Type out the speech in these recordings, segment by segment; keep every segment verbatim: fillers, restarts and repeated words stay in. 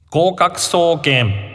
合格総研。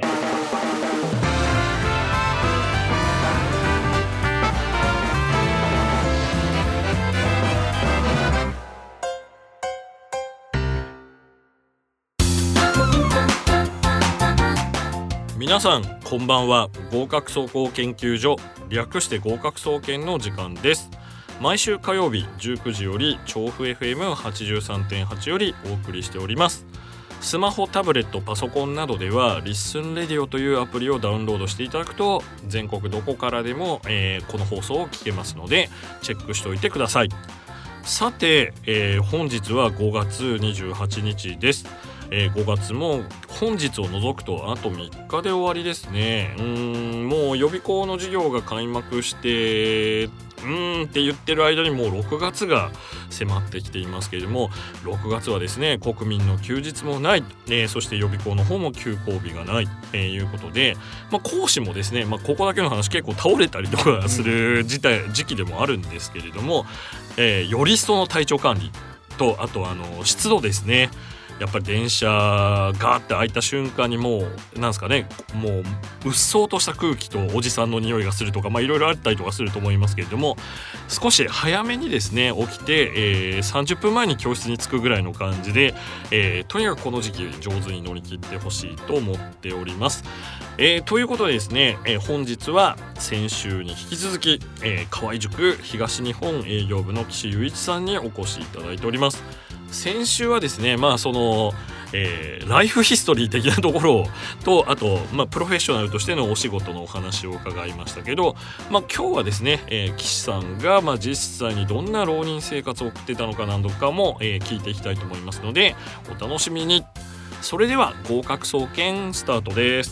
皆さんこんばんは。合格総合研究所、略して合格総研の時間です。毎週火曜日じゅうくじより調布 エフエムはちじゅうさんてんはち よりお送りしております。スマホ、タブレット、パソコンなどではリッスンレディオというアプリをダウンロードしていただくと全国どこからでも、えー、この放送を聞けますのでチェックしておいてください。さて、えー、本日はごがつにじゅうはちにちです。えー、ごがつも本日を除くとあとみっかで終わりですね。うーんもう予備校の授業が開幕してうーんって言ってる間にもうろくがつが迫ってきていますけれども、ろくがつはですね国民の休日もない、えー、そして予備校の方も休校日がないと、えー、いうことで、まあ、講師もですね、まあ、ここだけの話結構倒れたりとかする時代時期でもあるんですけれども、えー、より一層の体調管理とあとあの湿度ですね。やっぱり電車がーって開いた瞬間にもうなんですかね、もううっそうとした空気とおじさんの匂いがするとか、まあいろいろあったりとかすると思いますけれども、少し早めにですね起きて、えー、さんじゅっぷんまえに教室に着くぐらいの感じで、えー、とにかくこの時期上手に乗り切ってほしいと思っております。えー、ということでですね、えー、本日は先週に引き続き、えー、河合塾東日本営業部の岸雄一さんにお越しいただいております。先週はですね、まあその、えー、ライフヒストリー的なところとあと、まあ、プロフェッショナルとしてのお仕事のお話を伺いましたけど、まあ、今日はですね、えー、岸さんが、まあ、実際にどんな浪人生活を送ってたのか何度かも、えー、聞いていきたいと思いますのでお楽しみに。それでは合格総研スタートです。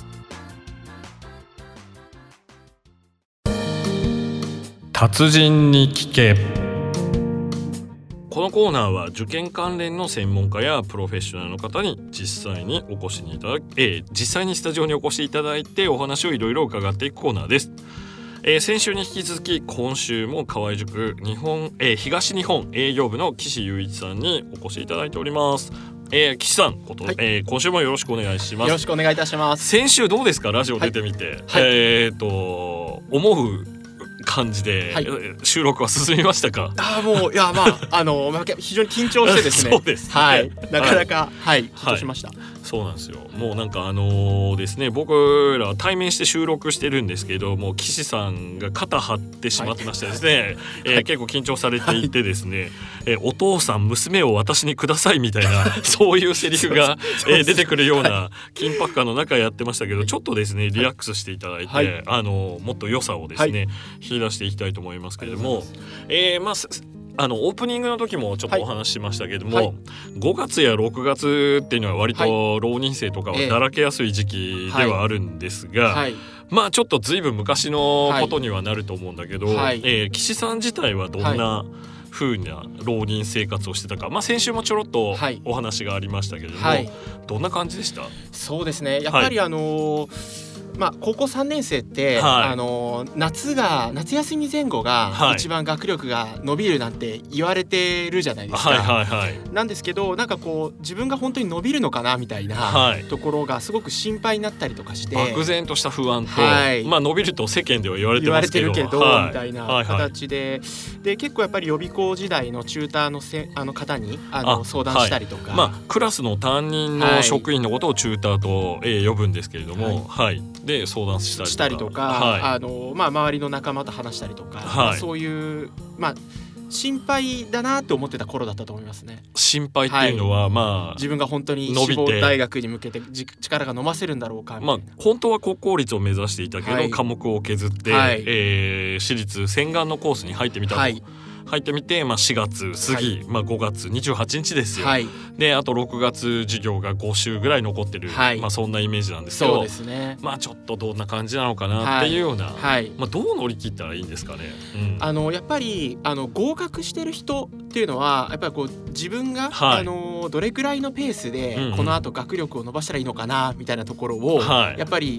達人に聞け。このコーナーは受験関連の専門家やプロフェッショナルの方に実際にお越しにいただき、えー、実際にスタジオにお越しいただいてお話をいろいろ伺っていくコーナーです。えー、先週に引き続き今週も河合塾日本、えー、東日本営業部の岸雄一さんにお越しいただいております。えー、岸さんこと、はいえー、今週もよろしくお願いします。 よろしくお願いいたします。 先週どうですか、ラジオ出てみて、はい、えーと思う感じで、はい、収録は進みましたか？ あもういやまああの非常に緊張してですねそうですね、 はい、なかなか、はい、はい、緊張しました、はい、 そうなんですよ。もうなんかあのー、ですね僕ら対面して収録してるんですけども岸さんが肩張ってしまってましてですね、はいえー、結構緊張されていてですね、はいえー、お父さん娘を私にくださいみたいなそういうセリフが、えー、出てくるような緊迫感の中やってましたけど、ちょっとですねリラックスしていただいて、はい、あのー、もっと良さをですね、はい引き出していきたいと思いますけれども、えー、まああのオープニングの時もちょっとお話ししましたけれども、はい、ごがつやろくがつっていうのは割と浪人生とかはだらけやすい時期ではあるんですが、はいはい、まあちょっとずいぶん昔のことにはなると思うんだけど、はいえー、岸さん自体はどんな風な浪人生活をしてたか、まあ、先週もちょろっとお話がありましたけれども、はい、どんな感じでした？ そうですねやっぱりあのーまあ、高校さんねん生って、はい、あの夏が夏休み前後が一番学力が伸びるなんて言われてるじゃないですか、はいはいはい、なんですけどなんかこう自分が本当に伸びるのかなみたいなところがすごく心配になったりとかして漠然とした不安と、はいまあ、伸びると世間では言われてますけど言われてるけど、はい、みたいな形で、で結構やっぱり予備校時代のチューターのせあの方にあの相談したりとか、 はいまあ、クラスの担任の職員のことをチューターと、えー、呼ぶんですけれども、はいはいで相談したりとか、 したりとかはいあのまあ、周りの仲間と話したりとか、はいまあ、そういう、まあ、心配だなと思ってた頃だったと思いますね。 心配っていうのは、はいまあ、 自分が本当に志望大学に向けて力が伸ばせるんだろうかみたいな、 まあ、本当は国公立を目指していたけど、はい、科目を削って、はいえー、私立洗顔のコースに入ってみたと、はい入ってみて、まあ、しがつ過ぎ、はいまあ、ごがつにじゅうはちにちですよ、はい、であとろくがつ授業がごしゅうぐらい残ってる、はいまあ、そんなイメージなんですけどそうですね、 まあ、ちょっとどんな感じなのかなっていうような、はいまあ、どう乗り切ったらいいんですかね、うん、 あのやっぱりあの合格してる人っていうのはやっぱりこう自分が、はい、あのどれくらいのペースでこの後学力を伸ばしたらいいのかなみたいなところを、はい、やっぱり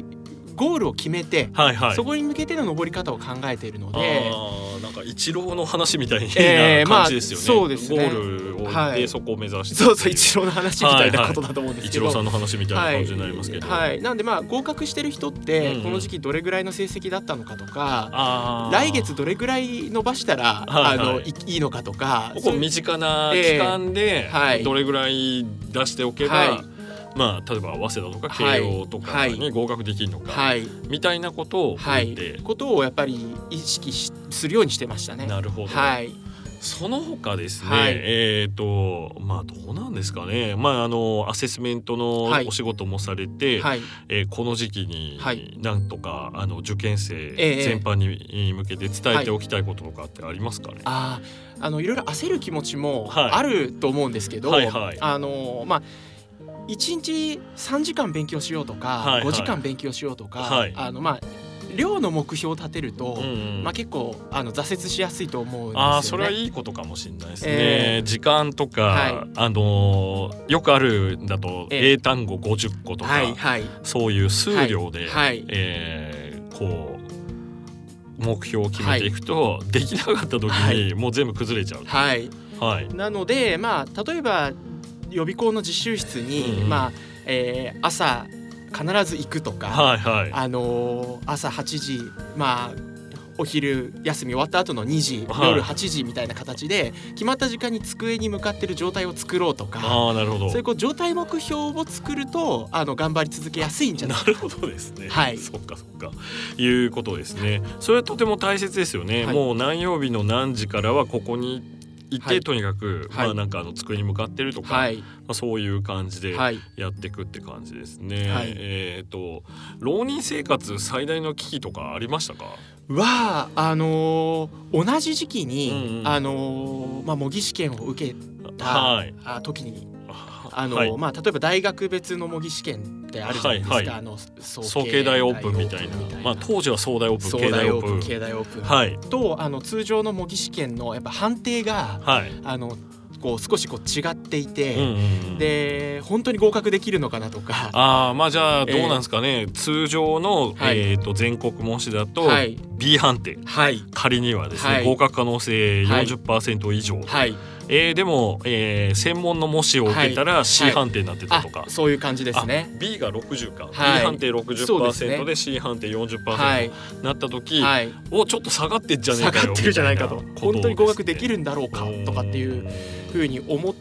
ゴールを決めて、 はいはい、 そこに向けての登り方を考えているので、 あなんかイチローの話みたいなえー、 感じですよね、 まあ、そうですね、 ゴールをはい、 でそこを目指して、 そうそうイチローの話みたいなことだと思うんですけど、 はいはい、イチローさんの話みたいな感じになりますけど、 はいはい、なんでまあ合格してる人ってこの時期どれぐらいの成績だったのかとか、うん、来月どれぐらい伸ばしたら、はいはい、あのいいのかとか、 ここ身近な期間でどれぐらい出しておけば、はいはい、まあ、例えば早稲田とか慶応とかに合格できるのか、はい、みたいなことを言って、 はい、ことをやっぱり意識しするようにしてましたね。 なるほど、 はい、 その他ですね、 はい、 えっとまあどうなんですかね、まああのアセスメントのお仕事もされて、はい、えー、この時期になんとかあの受験生全般に向けて伝えておきたいこととかってありますかね。 はい、ああのいろいろ焦る気持ちもあると思うんですけど、はいはいはい、あのまあいちにちさんじかん勉強しようとか、はいはい、ごじかん勉強しようとか、はい、あのまあ量の目標を立てると、うんうん、まあ、結構あの挫折しやすいと思うんですよね。 あ、それはいいことかもしれないですね、えー、時間とか、はい、あのー、よくあるんだと、えー、英単語ごじゅっことか、はいはい、そういう数量で、はいはい、えー、こう目標を決めていくと、はい、できなかった時にもう全部崩れちゃう、 はいはい、なので、まあ、例えば予備校の実習室に、うん、まあえー、朝必ず行くとか、はいはい、あのー、朝はちじ、まあお昼休み終わった後のにじ、はい、夜はちじみたいな形で決まった時間に机に向かってる状態を作ろうとか、 あ、なるほど、 そういうこう状態目標を作るとあの頑張り続けやすいんじゃないか。 なるほどですね、 はい、 そっかそっかいうことですね。それはとても大切ですよね、はい、もう何曜日の何時からはここにいて、はい、とにかく、はい、まあ、なんかあの机に向かってるとか、はい、まあ、そういう感じでやっていくって感じですね、はい、えーと浪人生活最大の危機とかありましたか？ はあのー、同じ時期に、うんうん、あのーまあ、模擬試験を受けた、はい、時にあの、はい、まあ、例えば大学別の模擬試験ってあるじゃないですか、はいはい、あの早慶大オープンみたいな、まあ、当時は早大オープン、慶大オープン、 慶大オープン、はい、とあの通常の模擬試験のやっぱ判定が、はい、あのこう少しこう違っていて、うんうんうん、で本当に合格できるのかなとか、 あ、まあ、じゃあどうなんですかね、えー、通常の、はい、えー、と全国模試だと B 判定、はい、仮にはですね、はい、合格可能性 よんじゅっパーセント 以上、はいはい、えー、でも、えー、専門の模試を受けたら C 判定になってたとか、はいはい、 そういう感じですね。 B がろくじゅうか、はい、B 判定 ろくじゅっパーセント で, で C 判定 よんじゅっパーセント になった時、はい、おちょっと下がってんじゃねえかよ、 下がってるじゃないかと、本当に合格できるんだろうかとかっていうふうに思って、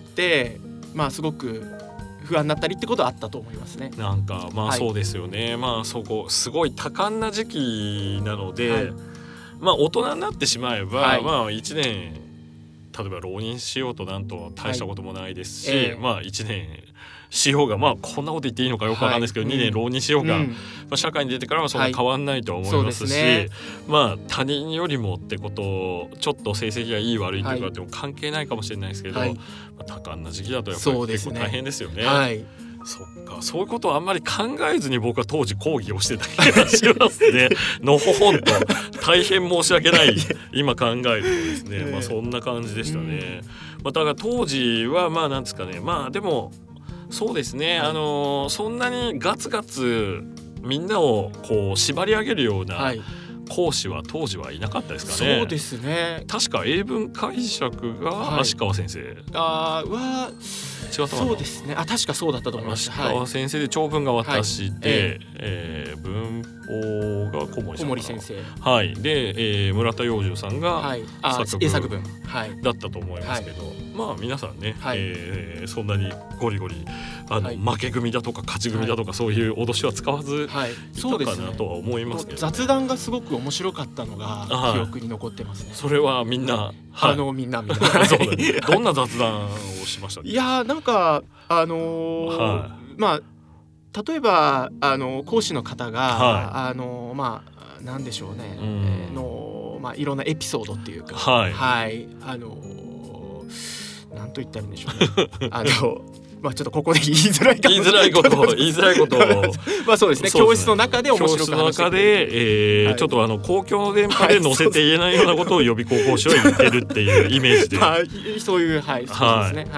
まあすごく不安になったりってことはあったと思いますね。 なんかまあそうですよね、はい、まあそこすごい多感な時期なので、はい、まあ大人になってしまえば、はい、まあいちねん例えば浪人しようとなんと大したこともないですし、はい、えー、まあいちねんしようが、まあこんなこと言っていいのかよくわかんないですけど、はい、にねん浪人しようが、うん、まあ、社会に出てからはそんな変わんないとは思いますし、はい、ね、まあ他人よりもってことをちょっと成績がいい悪いとかっても関係ないかもしれないですけど、はい、まあ、多感な時期だとやっぱり結構大変ですよね。はい、そっか、そういうことをあんまり考えずに僕は当時講義をしてた気がしますねのほほんと大変申し訳ない今考えるとですね、まあ、そんな感じでしたね、うん、まあ、だから当時はまあなんですかね、まあでもそうですね、はい、あのー、そんなにガツガツみんなをこう縛り上げるような講師は当時はいなかったですかね。 そうですね。 確か英文解釈が足川先生、はい、 あーは違ったかな。 そうですね。あ、確かそうだったと思います。 足川先生で長文が私で、はい、えーえー、文法が小森さん、小森先生、 はい、で、えー、村田洋十さんが作文だったと思いますけど、はい、まあ皆さんね、はい、えー、そんなにゴリゴリあの、はい、負け組だとか勝ち組だとか、そういう脅しは使わずいたかなとは思いますけど、ね、 雑談がすごく面白かったのが記憶に残ってますね。 それはみんな、 はい、あのみんなみんなそうだ、ね、どんな雑談をしましたか？ いやなんかあのーはい、まあ例えばあの講師の方が、はい、あのまあなんでしょうね、うん、えー、のまあいろんなエピソードっていうか、はい、はい、あのなんと言ったらいいんでしょうねあのまあちょっとここで言いづらいかも言いづらいことを言いづらいことをまあそうですね、教室の中で面白く話してくれる、 教室の中で、えーはい、ちょっとあの公共電波で載せて言えないようなことを予備校講師は言ってるっていうイメージで、 まあ、そういう、はい、そうですね、はい、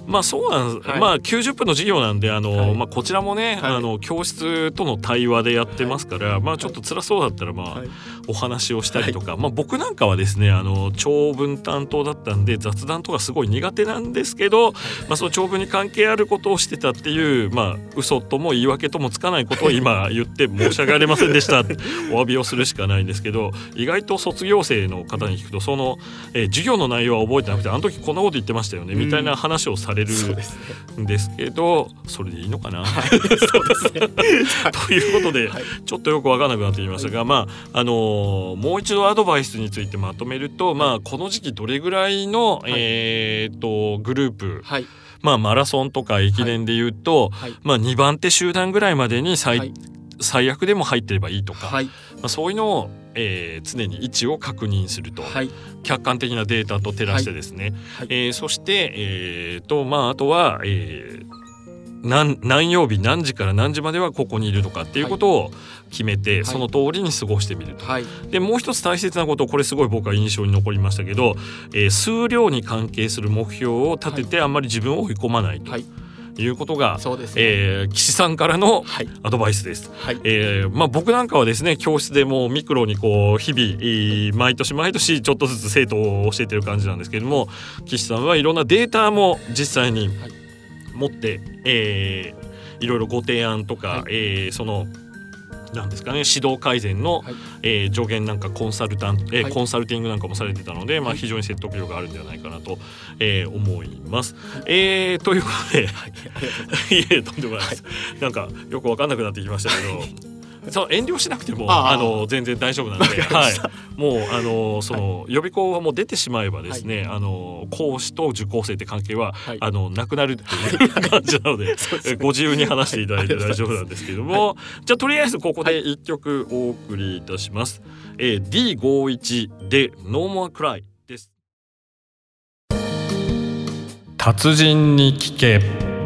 まあそうなんです、はい、まあきゅうじゅっぷんの授業なんであの、はいまあ、こちらもね、はい、あの教室との対話でやってますから、はい、まあちょっと辛そうだったらまあ、はい、お話をしたりとか、はいまあ、僕なんかはですねあの長文担当だったんで雑談とかすごい苦手なんですけど、はいまあ、その長文に関係あることをしてたっていうまあ嘘とも言い訳ともつかないことを今言って申し訳ありませんでしたお詫びをするしかないんですけど、意外と卒業生の方に聞くとその、えー、授業の内容は覚えてなくてあの時こんなこと言ってましたよねみたいな話をされるんですけど、それでいいのかな、はい、そうですねということで、はい、ちょっとよく分からなくなってきましたが、はいまああのー、もう一度アドバイスについてまとめると、まあ、この時期どれぐらいの、はいえー、とグループ、はいまあ、マラソンとか駅伝でいうと、はいまあ、にばん手集団ぐらいまでに最、はい、最悪でも入ってればいいとか、はいまあ、そういうのをえー、常に位置を確認すると、はい、客観的なデータと照らしてですね、はいえー、そして、えーとまあ、あとは、えー、何, 何曜日何時から何時まではここにいるとかっていうことを決めて、はい、その通りに過ごしてみると、はい、でもう一つ大切なこと、これすごい僕は印象に残りましたけど、えー、数量に関係する目標を立ててあんまり自分を追い込まないと、はいいうことが、そうですねえー、岸さんからのアドバイスです、はいえーまあ、僕なんかはですね教室でもうミクロにこう日々、えー、毎年毎年ちょっとずつ生徒を教えてる感じなんですけれども、岸さんはいろんなデータも実際に持って、はいえー、いろいろご提案とか、はいえー、そのなんですかね、指導改善の、はいえー、助言なんかコンサルタント、えーはい、コンサルティングなんかもされてたので、まあ、非常に説得力があるんではないかなと、えー、思います、はいえー、ということで、はい、いえとんでもないです、はい、なんかよく分かんなくなってきましたけどそう遠慮しなくてもああの全然大丈夫なんで、はい、もうあのその、はい、予備校はもう出てしまえばですね、はい、あの講師と受講生って関係は、はい、あのなくなるっていう感じなので、はい、ご自由に話していただいて大丈夫なんですけども、はい、じゃあとりあえずここでいっきょくお送りいたします、はいえー、ディーごじゅういち で No More Cry です。達人に聞け。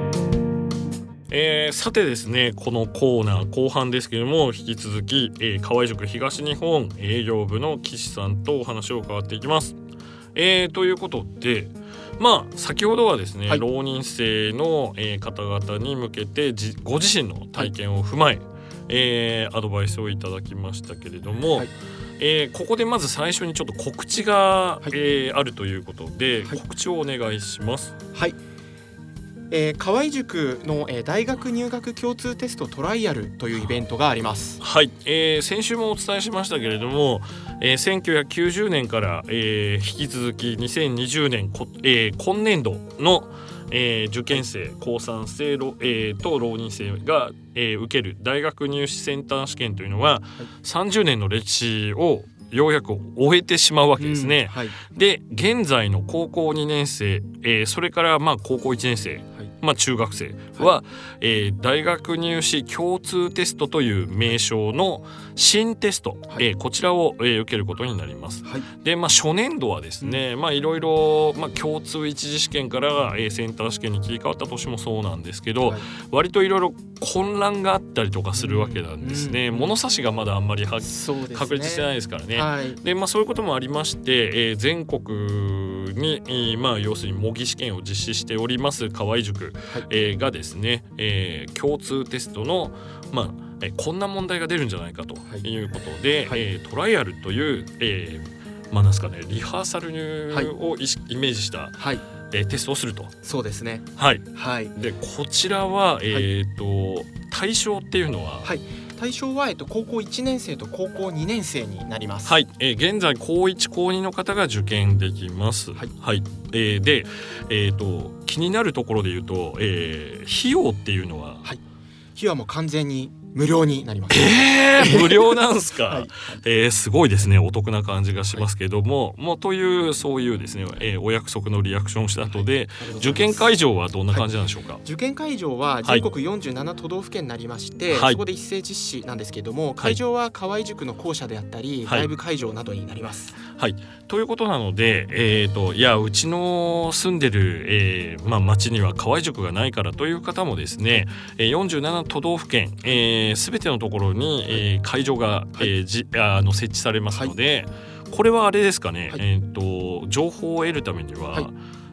えー、さてですね、このコーナー後半ですけれども、引き続き、えー、河合塾東日本営業部の岸さんとお話を伺っていきます、えー、ということで、まあ先ほどはですね、はい、浪人生の、えー、方々に向けてじご自身の体験を踏まえ、はいえー、アドバイスをいただきましたけれども、はいえー、ここでまず最初にちょっと告知が、はいえー、あるということで、はい、告知をお願いします。 はいえー、河合塾の、えー、大学入学共通テストトライアルというイベントがあります。 はい、えー、先週もお伝えしましたけれども、えー、せんきゅうひゃくきゅうじゅうねんから、えー、引き続きにせんにじゅうねん、えー、今年度の、えー、受験生、高さん生、えー、と浪人生が、えー、受ける大学入試センター試験というのは、はい、さんじゅうねんの歴史をようやく終えてしまうわけですね、うんはい、で現在の高校にねん生、えー、それからまあ高校いちねん生、はいまあ、中学生は、はいえー、大学入試共通テストという名称の新テスト、はいえー、こちらを、えー、受けることになります、はいでまあ、初年度はですね、うんまあ、いろいろ、まあ、共通一次試験から、えー、センター試験に切り替わった年もそうなんですけど、はい、割といろいろ混乱があったりとかするわけなんですね、うんうん、物差しがまだあんまりは、ね、確立してないですからね、はいでまあ、そういうこともありまして、えー、全国に、えーまあ、要するに模擬試験を実施しております河合塾、はいえー、がですね、えー、共通テストの、まあえー、こんな問題が出るんじゃないかということで、はいえー、トライアルという、えーまあ、なんですかね、リハーサルをイメージした、はいえー、テストをすると。 そうですね、 はいはい、でこちらは、えーとはい、対象っていうのは、 はい対象は、えっと、高校いちねん生と高校にねん生になります。 はい、えー、現在高いち高にの方が受験できます。はい、はいえー、で、えーと、気になるところで言うと、えー、費用っていうのは、 はい、費用はもう完全に無料になります。 えー、無料なんすか、はいえー、すごいですね、お得な感じがしますけども、はい、もうというそういうですね、えー、お約束のリアクションした後で、はい、受験会場はどんな感じなんでしょうか。はい、 受験会場は全国よんじゅうなな都道府県になりまして、はい、そこで一斉実施なんですけども、会場は河合塾の校舎であったり、はい、ライブ会場などになります。 はい、ということなので、えーと、いやうちの住んでる、えーまあ、町には河合塾がないからという方もですね、よんじゅうなな都道府県、えーすべてのところに、えー、会場が、はいえー、じあの設置されますので、はい、これはあれですかね、はいえー、と情報を得るためには、はい、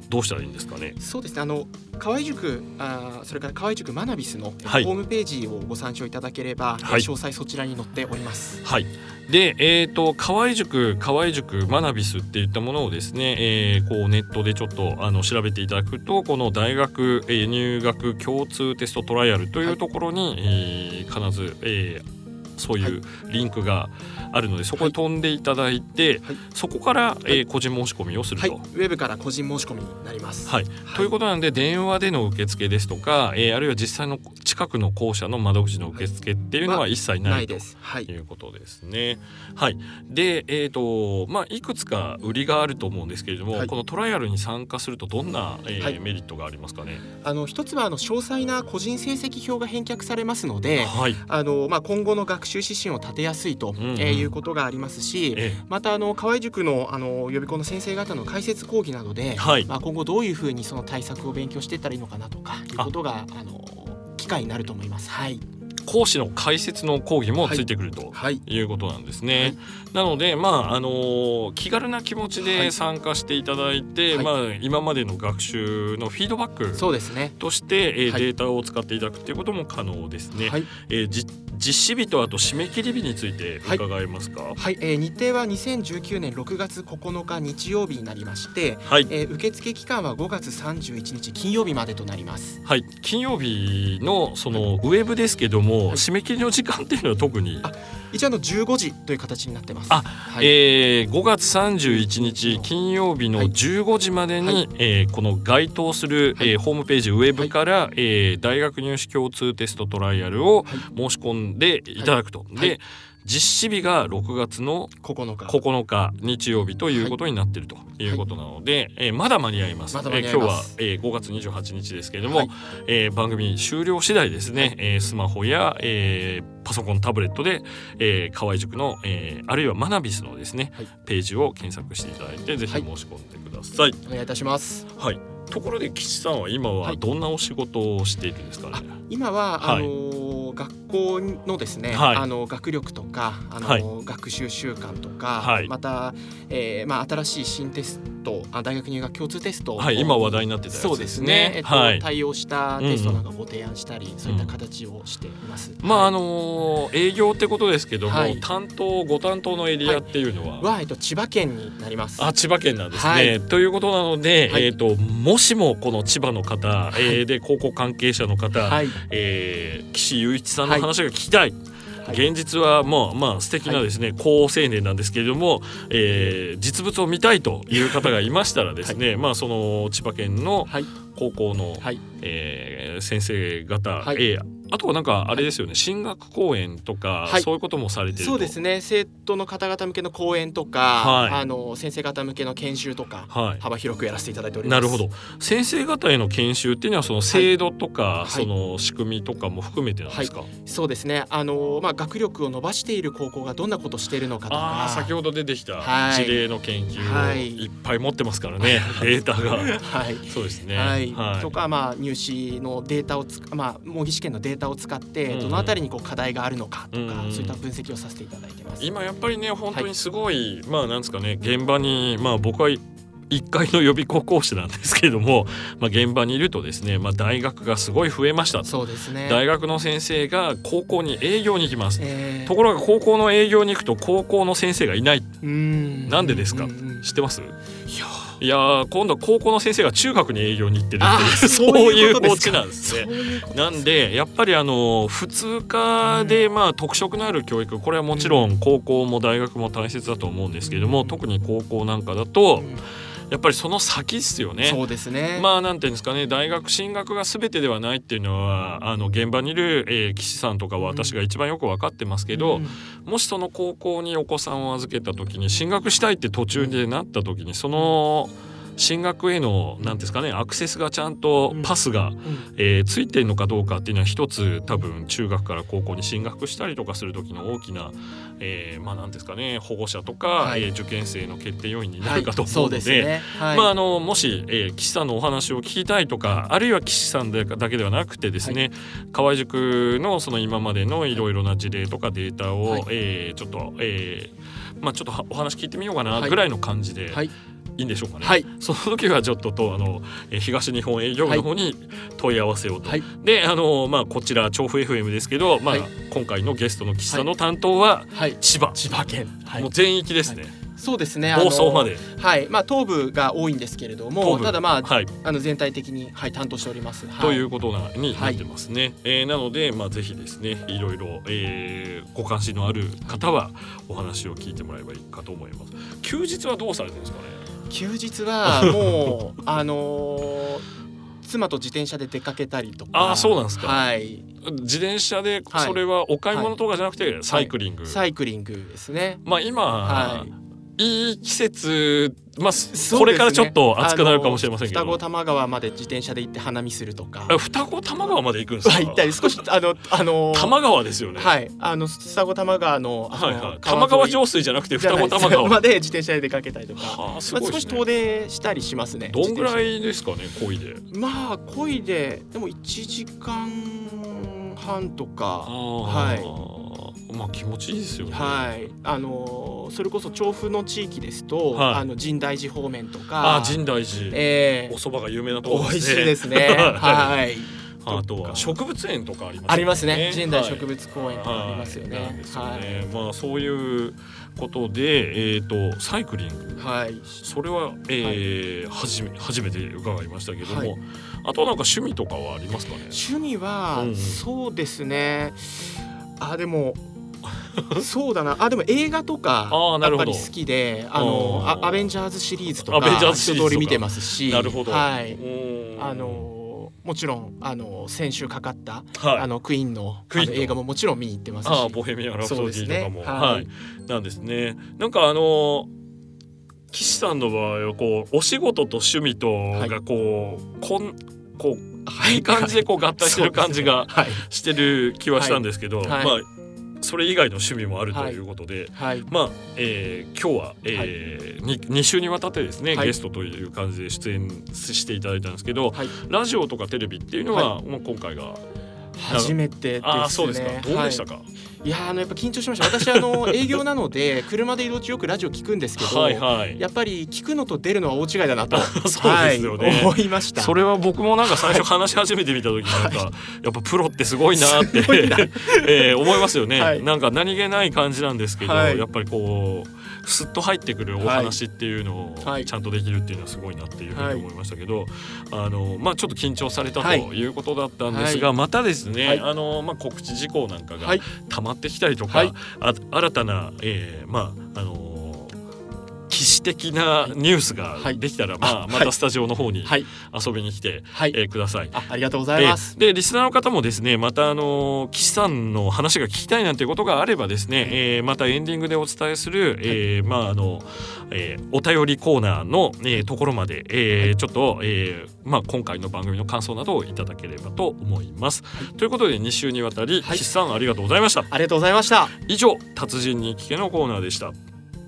どうしたらいいんですかね。 そうですね、あの河合塾あそれから河合塾マナビスのホームページをご参照いただければ、はい、詳細そちらに載っております。 はい。で、えーと、河合塾河合塾マナビスっていったものをですね、えー、こうネットでちょっとあの調べていただくと、この大学、えー、入学共通テストトライアルというところに、はい、えー、必ず、えーそういうリンクがあるので、そこに飛んでいただいて、はい、そこから、えー、個人申し込みをすると、 はい、ウェブから個人申し込みになります、 はいはい、ということなんで、電話での受付ですとか、えー、あるいは実際の近くの校舎の窓口の受付っていうのは一切ない、はい、ということですね。はい、で、えーとまあ、いくつか売りがあると思うんですけれども、はい、このトライアルに参加するとどんな、えーはい、メリットがありますかね。 あの一つはあの詳細な個人成績表が返却されますので、はい、あのまあ、今後の学習指針を立てやすいと、うんうん、えー、いうことがありますし、ええ、またあの河合塾 の, あの予備校の先生方の解説講義などで、はい、まあ、今後どういうふうにその対策を勉強していったらいいのかなとかいうことがあの機会になると思います。はい、 講師の解説の講義もついてくるということなんですね。はいはい、なので、まああのー、気軽な気持ちで参加していただいて、はい、まあ、今までの学習のフィードバックとして、ね、えーはい、データを使っていただくということも可能ですね。はい、えー、じ実施日とあと締め切り日について伺えますか。 はいはい、えー、日程はにせんじゅうきゅうねんろくがつここのか日曜日になりまして、はい、えー、受付期間はごがつさんじゅういちにち金曜日までとなります。 はい、金曜日のそのウェブですけども、はい、締め切りの時間っていうのは特にあ一応のじゅうごじという形になってます。 あ、はい、えー、ごがつさんじゅういちにち金曜日のじゅうごじまでに、はい、えー、この該当する、はい、えー、ホームページウェブから、はい、えー、大学入試共通テストトライアルを申し込んでいただくと、はいはい、で実施日がろくがつのここのか日曜日ということになっているということなので、はい、えー、まだ間に合います。まだ間に合います。えー、今日は、えー、ごがつにじゅうはちにちですけれども、はい、えー、番組終了次第ですね、はい、えー、スマホや、えー、パソコンタブレットで、えー、河合塾の、えー、あるいはマナビスのですね、はい、ページを検索していただいて、ぜひ申し込んでください。はい、 お願いいたします。 はい、ところで岸さんは今はどんなお仕事をしているんですかね。はい、 今は、はい、あのー学校のですね、はい、あの学力とかあの、はい、学習習慣とか、はい、また、えーまあ、新しい新テスト大学入学共通テスト、 はい、今話題になってたやつですね。 そうですね、えっとはい、対応したテストなんかご提案したり、うんうん、そういった形をしています。 まあ、あのー、営業ってことですけども、はい、担当ご担当のエリアっていうのは、 はい、はえっと、千葉県になります。 あ、千葉県なんですね。はい、ということなので、はい、えーと、もしもこの千葉の方、はい、えー、で高校関係者の方、はい、えー、岸雄一さんの話が聞きたい、はい、現実はもう、まあ、素敵なですね、はい、高青年なんですけれども、えー、実物を見たいという方がいましたらですね、はい、まあ、その千葉県の高校の、はい、えー、先生方、はい、えーあとはなんかあれですよね、進学講演とか、はい、そういうこともされていると。 そうですね、生徒の方々向けの講演とか、はい、あの先生方向けの研修とか、はい、幅広くやらせていただいております。 なるほど。先生方への研修っていうのはその制度とか、はい、その仕組みとかも含めてなんですか。はい、 そうですね、あの、まあ、学力を伸ばしている高校がどんなことをしているのかとか、 あ、先ほど出てきた事例の研究をいっぱい持ってますからね、はい、データが、はい、そうですね、 はいはい、とか、まあ、入試のデータをつ、まあ、模擬試験のデータを使ってどのあたりにこう課題があるのかとか、うんうん、そういった分析をさせていただいてます。 今やっぱりね、本当にすごい、はい、まあなんですかね、現場に、まあ、僕はいっかいの予備校講師なんですけれども、まあ、現場にいるとですね、まあ、大学がすごい増えました。 そうですね、 大学の先生が高校に営業に行きます、えー、ところが高校の営業に行くと高校の先生がいない。うーん、なんでですか、うんうん、知ってます？いやいや今度は高校の先生が中学に営業に行ってるっていう、そういう構築なんですね。なんでやっぱりあの普通科でまあ特色のある教育、これはもちろん高校も大学も大切だと思うんですけれども、特に高校なんかだとやっぱりその先っすよね。 そうですね。 まあなんていうんですかね、大学進学が全てではないっていうのはあの現場にいる、えー、岸さんとかは私が一番よく分かってますけど、うん、もしその高校にお子さんを預けた時に進学したいって途中でなった時に、その進学へのなんですかね、アクセスがちゃんとパスが、うん、えー、ついてるのかどうかっていうのは一つ多分中学から高校に進学したりとかする時の大きな、えー、まあなんですかね、保護者とか、はい、えー、受験生の決定要因になるかと思うので、はいね、はい、まああのもし、えー、岸さんのお話を聞きたいとか、あるいは岸さんだけではなくてですね、はい、河合塾のその今までのいろいろな事例とかデータを、はい、えー、ちょっと、えー、まあちょっとお話聞いてみようかなぐらいの感じで、はいはい、 いいんでしょうかね。 はい、 その時はちょっととあの東日本営業部の方に問い合わせをと、はい、であの、まあ、こちら調布 エフエム ですけど、まあはい、今回のゲストの岸さんの担当は千葉、はい、 千葉県、はい、 もう全域ですね、はい、 そうですね、 房総まで、 はい、まあ、東部が多いんですけれども、ただまあ、はい、あの全体的に、はい、担当しております、はい、 ということなになってますね、はい、えー、なので、まあ、ぜひですねいろいろ、えー、ご関心のある方はお話を聞いてもらえばいいかと思います。休日はどうされてるんですかね。 休日はもうあのー、妻と自転車で出かけたりとか。 ああ、そうなんですか。 はい、 自転車でそれはお買い物とかじゃなくてサイクリング、 はいはい、サイクリングですね。 まあ今、はい、いい季節、まあ、これからちょっと暑くなるかもしれませんけど、 双子玉川まで自転車で行って花見するとか。 双子玉川まで行くんですか。 行ったり少しあのあの多摩川ですよね。 はい、あの双子玉川の、 はいはい、玉川上水じゃなくて双子玉川まで自転車で出かけたりとか、 はあ、すごいですね。 まあ、少し遠出したりしますね。 どんぐらいですかね、漕いで。 まあ漕いででもいちじかんはんとか。はい。 まあ気持ちいいですよね。 はい、あのー、それこそ調布の地域ですと、はい、あの神大寺方面とか。 あ、神大寺、 えー、 お蕎麦が有名なところですね。 美味しいですね。はい。 あとは植物園とかありますね。 ありますね。神大植物公園とかありますよね。 はいはい、なんですよね。はい、まあそういうことで、えーとサイクリング、はい、それは、えーはい、初め初めて伺いましたけども、はい、あとはなんか趣味とかはありますかね。 趣味は、うん、そうですね。あ、でも。そうだなあ、でも映画とかやっぱり好きで、あのあアベンジャーズシリーズとか一通り見てますし。 なるほど。 はい、あのもちろんあの先週かかった、はい、あのクイーンの、あの映画ももちろん見に行ってますし。 あ、ボヘミアン・ラプソディとかも、ね、はいはい、なんですね。なんかあの岸さんの場合はこうお仕事と趣味とがこう、はい、こんこういい感じでこう合体してる感じがしてる気はしたんですけど、はいはい、まあそれ以外の趣味もあるということで、はいはい、まあ、えー、今日は、えーはい、に, に週にわたってですね、はい、ゲストという感じで出演していただいたんですけど、はい、ラジオとかテレビっていうのは、はい、もう今回が初めてですね。 あ、そうですか。どうでしたか。はい、 いやあのやっぱ緊張しました。私あの営業なので車で移動中よくラジオ聞くんですけど、はい、はい、やっぱり聞くのと出るのは大違いだなとそうですよね、 はい、思いました。 それは僕もなんか最初話し始めてみた時になんか、はい、やっぱプロってすごいなってえー、思いますよね、はい、なんか何気ない感じなんですけど、はい、やっぱりこうスッと入ってくるお話っていうのをちゃんとできるっていうのはすごいなっていうふうに思いましたけど、はい、あのまあちょっと緊張されたということだったんですが、はい、またですね、はい、あのまあ告知事項なんかが溜まってきたりとか、はい、あ新たな、えー、まああの騎士的なニュースができたら、はい、まあ、またスタジオの方に遊びに来て、はい、えー、ください。 あ, ありがとうございます。 でリスナーの方もですね、またあの岸さんの話が聞きたいなんていうことがあればですね、えー、またエンディングでお伝えする、はい、えー、まああの、えー、お便りコーナーの、えー、ところまで、えー、ちょっと、えーまあ、今回の番組の感想などをいただければと思います、はい、ということでに週にわたり、はい、岸さんありがとうございました。 ありがとうございました。 以上、達人に聞けのコーナーでした。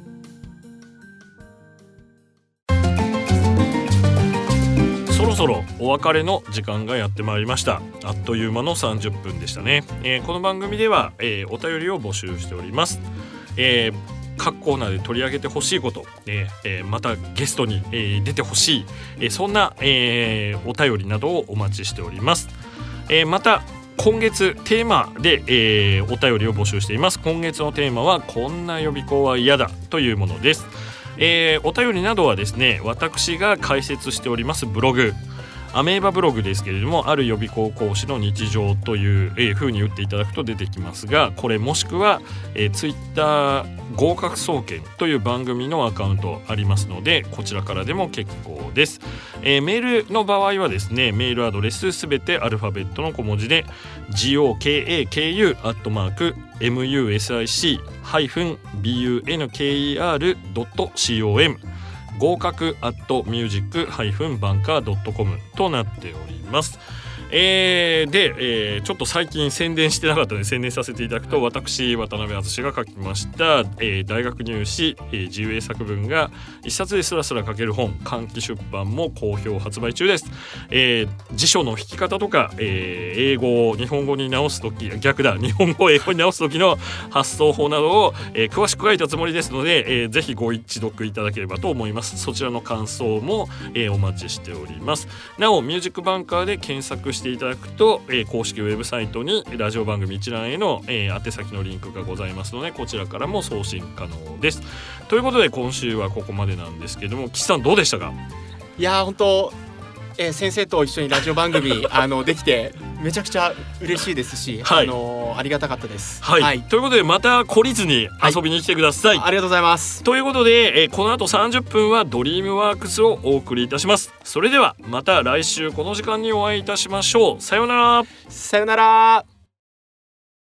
そろそろお別れの時間がやってまいりました。あっという間のさんじゅっぷんでしたね、えー、この番組では、えー、お便りを募集しております、えー、各コーナーで取り上げてほしいこと、えーえー、またゲストに、えー、出てほしい、えー、そんな、えー、お便りなどをお待ちしております、えー、また今月テーマで、えー、お便りを募集しています。今月のテーマはこんな予備校は嫌だというものです。えー、お便りなどはですね、私が解説しておりますブログ、アメーバブログですけれども、ある予備校講師の日常という、えー、風に打っていただくと出てきますが、これもしくは、えー、ツイッター合格総研という番組のアカウントありますので、こちらからでも結構です、えー、メールの場合はですね、メールアドレスすべてアルファベットの小文字で ジーオーケーエーケーユー アットマーク エムユーエスアイシー ハイフン ビーユーエヌケーイーアール ドット コム 合格 アット ミュージック ハイフン バンカー ドット コム となっております。 えー、で、えー、ちょっと最近宣伝してなかったので宣伝させていただくと、私渡辺敦が書きました、えー、大学入試、えー、自由英作文が一冊でスラスラ書ける本、換気出版も好評発売中です。えー、辞書の引き方とか、えー、英語を日本語に直すとき、逆だ日本語を英語に直すときの発想法などを、えー、詳しく書いたつもりですので、えー、ぜひご一読いただければと思います。そちらの感想も、えー、お待ちしております。なおミュージックバンカーで検索していただくと、えー、公式ウェブサイトにラジオ番組一覧への、えー、宛先のリンクがございますので、こちらからも送信可能です。ということで今週はここまでなんですけども、岸さんどうでしたか？ いやー本当、えー、先生と一緒にラジオ番組あのできてめちゃくちゃ嬉しいですし、はい、あのー、ありがたかったです、 はいはい、ということでまた懲りずに遊びに来てください、 はい、ありがとうございます。 ということで、えー、この後さんじゅっぷんはドリームワークスをお送りいたします。それではまた来週この時間にお会いいたしましょう。さようなら。 さようなら。